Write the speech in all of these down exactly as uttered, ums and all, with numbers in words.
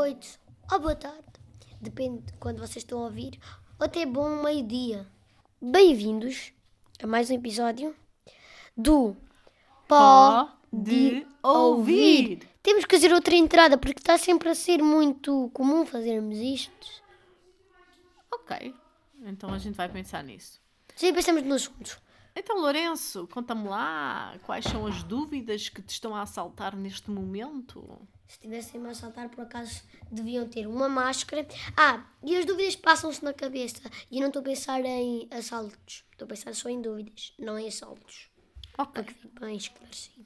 noite ou boa tarde. Depende de quando vocês estão a ouvir. Ou até bom meio-dia. Bem-vindos a mais um episódio do Pó de Ouvir. Temos que fazer outra entrada porque está sempre a ser muito comum fazermos isto. Ok, então a gente vai pensar nisso. Sim, pensamos no assunto. Então, Lourenço, conta-me lá quais são as dúvidas que te estão a assaltar neste momento. Se tivessem-me a assaltar, por acaso, deviam ter uma máscara. Ah, e as dúvidas passam-se na cabeça. E eu não estou a pensar em assaltos. Estou a pensar só em dúvidas, não em assaltos. Ok. Para que fique bem esclarecido.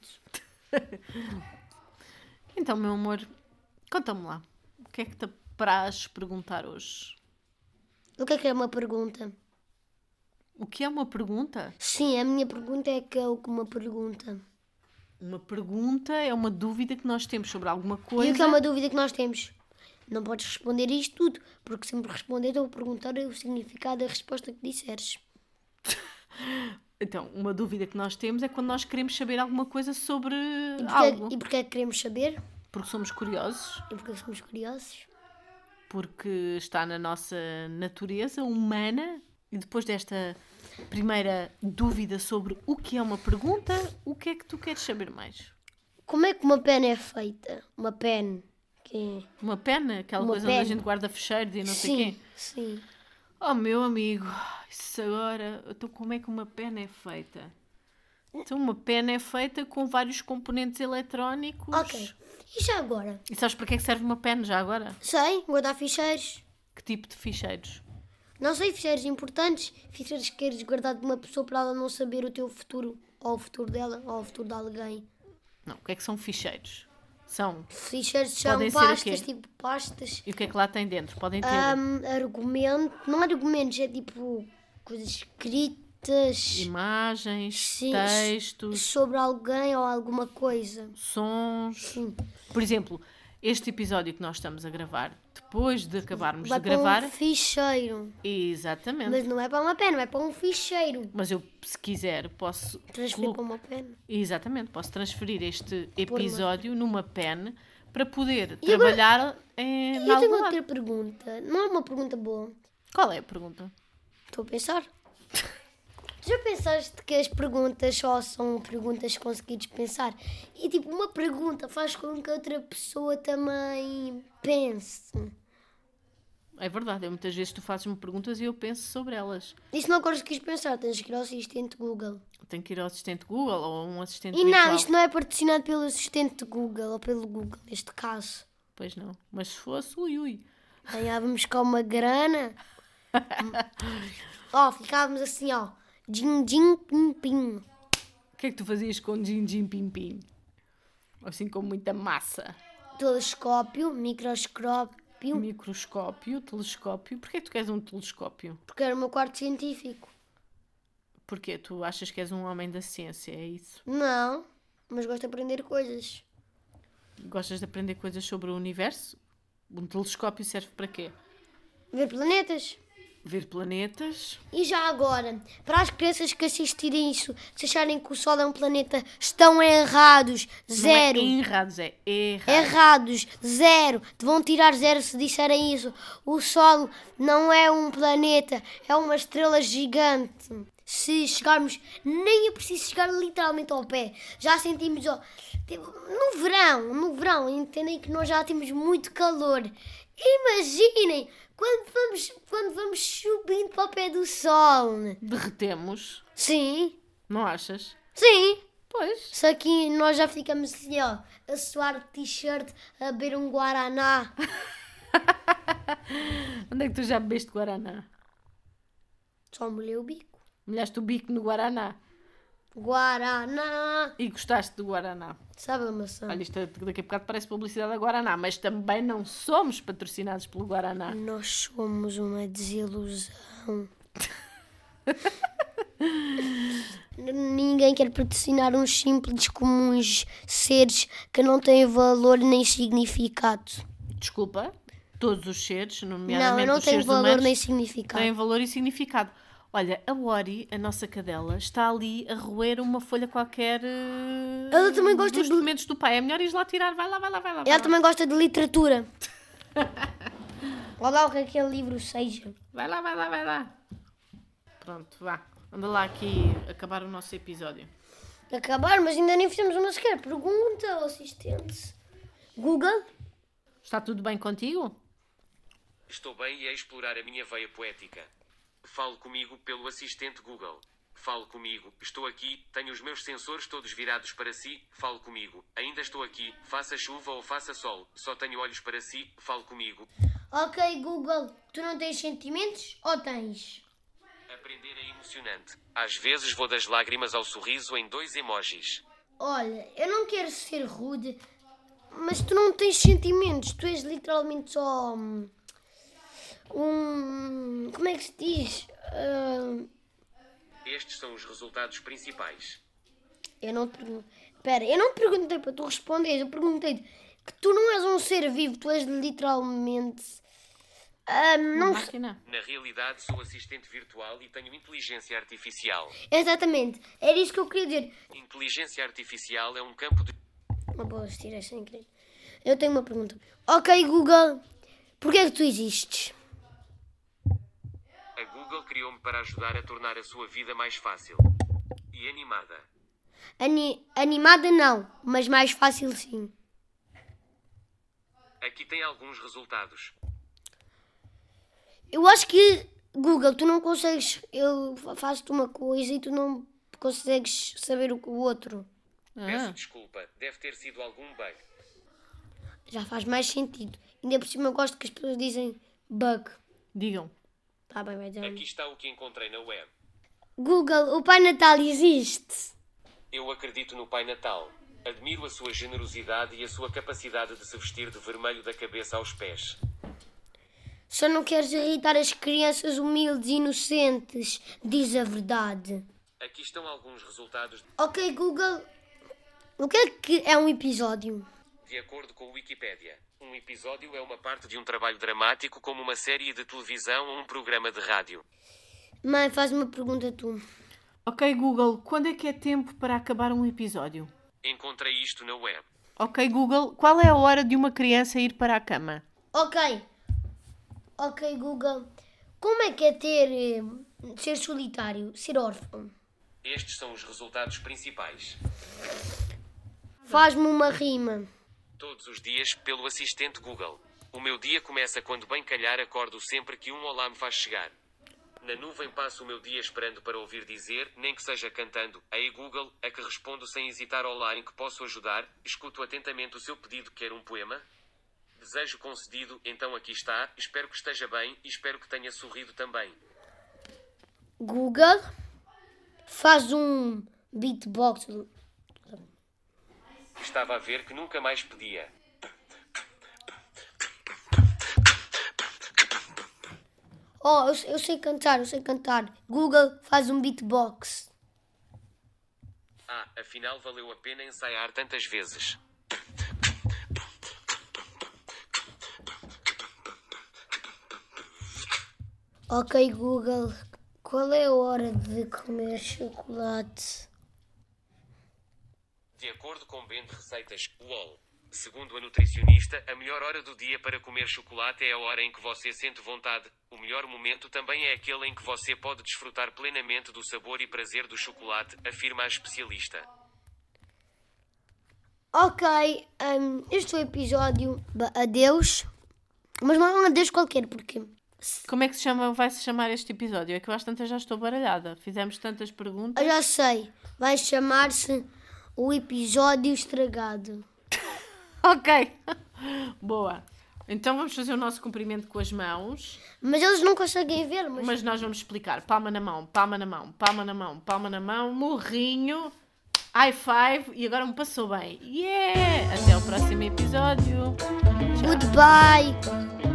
Então, meu amor, conta-me lá. O que é que te apraz perguntar hoje? O que é que é uma pergunta? O que é uma pergunta? Sim, a minha pergunta é que é o que uma pergunta. Uma pergunta é uma dúvida que nós temos sobre alguma coisa. E o que é uma dúvida que nós temos? Não podes responder isto tudo, porque sempre responder eu vou perguntar o significado da resposta que disseres. Então, uma dúvida que nós temos é quando nós queremos saber alguma coisa sobre E porquê, algo. e porquê é que queremos saber? Porque somos curiosos. E porquê somos curiosos? Porque está na nossa natureza humana. E depois desta primeira dúvida sobre o que é uma pergunta, o que é que tu queres saber mais? Como é que uma pena é feita? Uma pen? Que é... Uma pena? Aquela Uma coisa onde a pena. gente guarda fecheiros e não sim, sei quê? sim. Oh, meu amigo, isso agora... Então, como é que uma pena é feita? Então, uma pena é feita com vários componentes eletrónicos. Ok. E já agora? E sabes para que é que serve uma pena já agora? Sei, guardar ficheiros. Que tipo de ficheiros? Não sei, ficheiros importantes. Ficheiros que queres guardar de uma pessoa para ela não saber o teu futuro. Ou o futuro dela, ou o futuro de alguém. Não, o que é que são ficheiros? São... Ficheiros são Podem ser o pastas, quê? tipo pastas. E o que é que lá tem dentro? Podem ter Um, argumento, não argumentos, é tipo coisas escritas imagens, sim, textos, sobre alguém ou alguma coisa. sons. Sim. Por exemplo, este episódio que nós estamos a gravar, depois de acabarmos Vai de gravar... para um ficheiro. Exatamente. Mas não é para uma pena, vai para um ficheiro. Mas eu, se quiser, posso... Transferir colo- para uma pena. Exatamente, posso transferir este uma- episódio numa pen para poder E agora- trabalhar em Eu algum tenho lado. outra pergunta. Não é uma pergunta boa. Qual é a pergunta? Estou a pensar. Já pensaste que as perguntas só são perguntas que conseguires pensar? E tipo, uma pergunta faz com que outra pessoa também pense. É verdade, é muitas vezes tu fazes-me perguntas e eu penso sobre elas. E se não conseguires pensar, tens que ir ao assistente Google. Tenho que ir ao assistente Google ou a um assistente E virtual. não, isto não é patrocinado pelo assistente Google, ou pelo Google, neste caso. Pois não, mas se fosse, ui ui. Ganhávamos cá uma grana. Ó, ficávamos assim, ó. Din, din, pim, pim. O que é que tu fazias com Jim Jim Pim Pim? Assim com muita massa. Telescópio, microscópio, Microscópio, telescópio. Porquê que tu queres um telescópio? porque era o meu quarto científico. Porquê? Tu achas que és um homem da ciência, é isso? Não, mas gosto de aprender coisas. Gostas de aprender coisas sobre o universo? Um telescópio serve para quê? Ver planetas. Ver planetas. E já agora, para as crianças que assistirem isso, se acharem que o Sol é um planeta, estão errados. Zero. Não é errados, é errado. Errados. Zero. Vão tirar zero se disserem isso. O Sol não é um planeta, é uma estrela gigante. Se chegarmos, nem é preciso chegar literalmente ao pé. Já sentimos, ó, tipo, no verão, no verão, entendem que nós já temos muito calor. Imaginem, quando vamos, quando vamos subindo para o pé do sol. Derretemos, Sim, não achas? sim. Pois. Só que nós já ficamos assim, ó, a suar de t-shirt, a beber um guaraná. Onde é que tu já bebeste Guaraná? Só molhei o bico. Molhaste o bico no Guaraná Guaraná. e gostaste do Guaraná. Sabe a maçã? Olha, isto daqui a bocado parece publicidade da Guaraná, mas também não somos patrocinados pelo Guaraná. Nós somos uma desilusão. Ninguém quer patrocinar uns simples, comuns seres que não têm valor nem significado. Desculpa, todos os seres, Não, nomeadamente eu não os tenho seres valor humanos, nem significado. têm valor e significado. Olha, a Ori, a nossa cadela, está ali a roer uma folha qualquer uh, Ela também gosta dos de- documentos do pai. É melhor ir lá tirar. Vai lá, vai lá, vai lá. vai Ela lá. também gosta de literatura. Olha lá o que aquele livro seja. Vai lá, vai lá, vai lá. Pronto, vá. Anda lá aqui acabar o nosso episódio. Acabar, mas ainda nem fizemos uma sequer pergunta ao assistente. Google? Está tudo bem contigo? Estou bem e a explorar a minha veia poética. Fale comigo pelo assistente Google. Fale comigo, estou aqui, tenho os meus sensores todos virados para si, fale comigo. Ainda estou aqui, faça chuva ou faça sol, só tenho olhos para si, fale comigo. Ok, Google, tu não tens sentimentos ou tens? Aprender é emocionante. Às vezes vou das lágrimas ao sorriso em dois emojis. Olha, eu não quero ser rude, mas tu não tens sentimentos, tu és literalmente só hum, um... como é que se diz? Uh, Estes são os resultados principais. eu não te pergun- Espera, eu não te perguntei para tu responderes, eu perguntei-te que tu não és um ser vivo, tu és literalmente... ah, não... Uma máquina. Na realidade sou assistente virtual e tenho inteligência artificial. Exatamente, era isso que eu queria dizer. Inteligência artificial é um campo de... Uma boa, tirei sem querer. Eu tenho uma pergunta. Ok, Google, porquê é que tu existes? A Google criou-me para ajudar a tornar a sua vida mais fácil. E animada. Ani- animada não, mas mais fácil sim. Aqui tem alguns resultados. Eu acho que, Google, tu não consegues... Eu faço-te uma coisa e tu não consegues saber o, o outro. Peço Ah, desculpa, deve ter sido algum bug. Já faz mais sentido. Ainda por cima eu gosto que as pessoas dizem bug. digam. Tá bem, vai dizer. Aqui está o que encontrei na web. Google, o Pai Natal existe. Eu acredito no Pai Natal. Admiro a sua generosidade e a sua capacidade de se vestir de vermelho da cabeça aos pés. Só não queres irritar as crianças humildes e inocentes. Diz a verdade. Aqui estão alguns resultados. Ok, Google, o que é que é um episódio? De acordo com o Wikipédia, um episódio é uma parte de um trabalho dramático como uma série de televisão ou um programa de rádio. Mãe, faz uma pergunta tu. Ok, Google, quando é que é tempo para acabar um episódio? Encontrei isto na web. Ok, Google, qual é a hora de uma criança ir para a cama? Ok. Ok, Google. Como é que é ter... eh, ser solitário, ser órfão? Estes são os resultados principais. Faz-me uma rima. Todos os dias, pelo assistente Google. O meu dia começa quando bem calhar acordo sempre que um olá me faz chegar. Na nuvem passo o meu dia esperando para ouvir dizer, nem que seja cantando, ei Google, a que respondo sem hesitar olá em que posso ajudar, escuto atentamente o seu pedido, quer um poema? Desejo concedido, então aqui está, espero que esteja bem e espero que tenha sorrido também. Google, faz um beatbox. Estava a ver que nunca mais pedia. Oh, eu, eu sei cantar, eu sei cantar. Google, faz um beatbox. Ah, afinal valeu a pena ensaiar tantas vezes. Ok, Google, qual é a hora de comer chocolate? De acordo com Ben de Receitas, U O L. Segundo a nutricionista, a melhor hora do dia para comer chocolate é a hora em que você sente vontade. O melhor momento também é aquele em que você pode desfrutar plenamente do sabor e prazer do chocolate, afirma a especialista. Ok, hum, este foi o episódio. Ba- Adeus. Mas não é um adeus qualquer, porque... Como é que se chama, vai se chamar este episódio? É que eu às tantas já estou baralhada. Fizemos tantas perguntas. Eu já sei. Vai chamar-se o episódio estragado. Ok. Boa. Então vamos fazer o nosso cumprimento com as mãos. Mas eles não conseguem ver, mas... Mas nós vamos explicar. Palma na mão, palma na mão, palma na mão, palma na mão, murrinho, high five e agora me passou bem. Yeah! Até o próximo episódio. Tchau. Goodbye.